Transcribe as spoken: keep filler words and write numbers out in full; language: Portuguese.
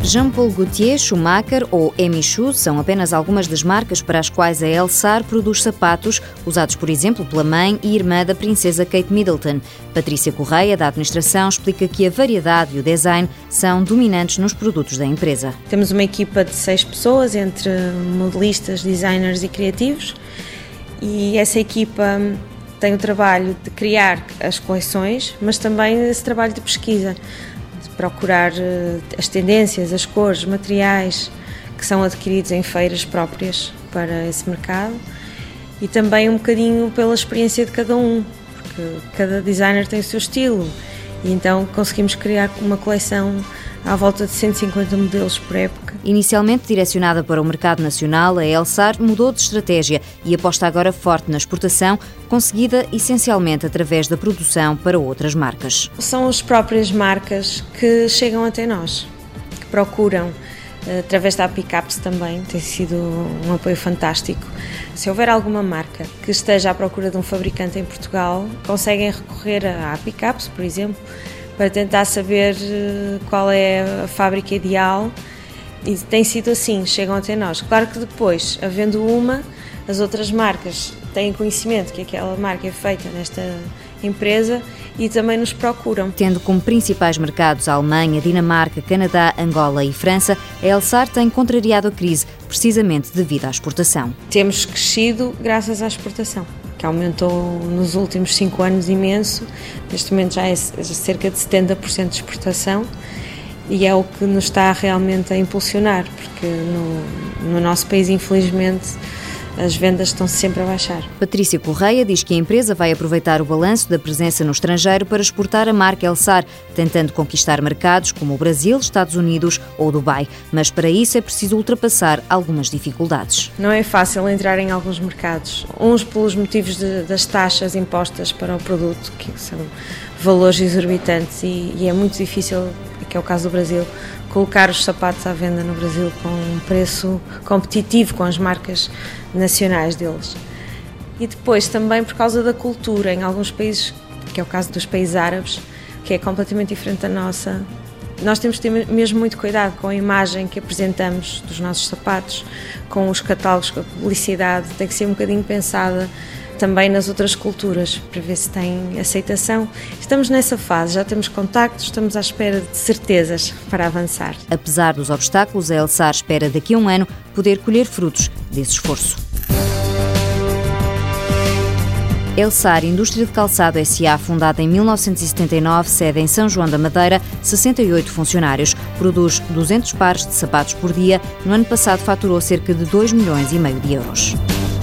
Jean-Paul Gaultier, Schumacher ou Emi Shoes são apenas algumas das marcas para as quais a Elsar produz sapatos, usados, por exemplo, pela mãe e irmã da princesa Kate Middleton. Patrícia Correia, da administração, explica que a variedade e o design são dominantes nos produtos da empresa. Temos uma equipa de seis pessoas, entre modelistas, designers e criativos, e essa equipa tem o trabalho de criar as coleções, mas também esse trabalho de pesquisa, procurar as tendências, as cores, materiais que são adquiridos em feiras próprias para esse mercado e também um bocadinho pela experiência de cada um, porque cada designer tem o seu estilo e então conseguimos criar uma coleção à volta de cento e cinquenta modelos por época. Inicialmente direcionada para o mercado nacional, a Elsar mudou de estratégia e aposta agora forte na exportação, conseguida essencialmente através da produção para outras marcas. São as próprias marcas que chegam até nós, que procuram, através da Pickups também, tem sido um apoio fantástico. Se houver alguma marca que esteja à procura de um fabricante em Portugal, conseguem recorrer à Pickups, por exemplo, para tentar saber qual é a fábrica ideal e tem sido assim, chegam até nós. Claro que depois, havendo uma, as outras marcas têm conhecimento que aquela marca é feita nesta empresa e também nos procuram. Tendo como principais mercados a Alemanha, Dinamarca, Canadá, Angola e França, a Elsar tem contrariado a crise precisamente devido à exportação. Temos crescido graças à exportação, que aumentou nos últimos cinco anos imenso. Neste momento já é cerca de setenta por cento de exportação e é o que nos está realmente a impulsionar, porque no, no nosso país, infelizmente, as vendas estão sempre a baixar. Patrícia Correia diz que a empresa vai aproveitar o balanço da presença no estrangeiro para exportar a marca Elsar, tentando conquistar mercados como o Brasil, Estados Unidos ou Dubai. Mas para isso é preciso ultrapassar algumas dificuldades. Não é fácil entrar em alguns mercados, uns pelos motivos de, das taxas impostas para o produto, que são valores exorbitantes e, e é muito difícil, que é o caso do Brasil, colocar os sapatos à venda no Brasil com um preço competitivo com as marcas nacionais deles. E depois também por causa da cultura em alguns países, que é o caso dos países árabes, que é completamente diferente da nossa. Nós temos que ter mesmo muito cuidado com a imagem que apresentamos dos nossos sapatos, com os catálogos, com a publicidade, tem que ser um bocadinho pensada também nas outras culturas, para ver se tem aceitação. Estamos nessa fase, já temos contactos, estamos à espera de certezas para avançar. Apesar dos obstáculos, a Elsar espera daqui a um ano poder colher frutos desse esforço. Elsar, Indústria de Calçado S A, fundada em mil novecentos e setenta e nove, sede em São João da Madeira, sessenta e oito funcionários, produz duzentos pares de sapatos por dia. No ano passado faturou cerca de dois milhões e meio de euros.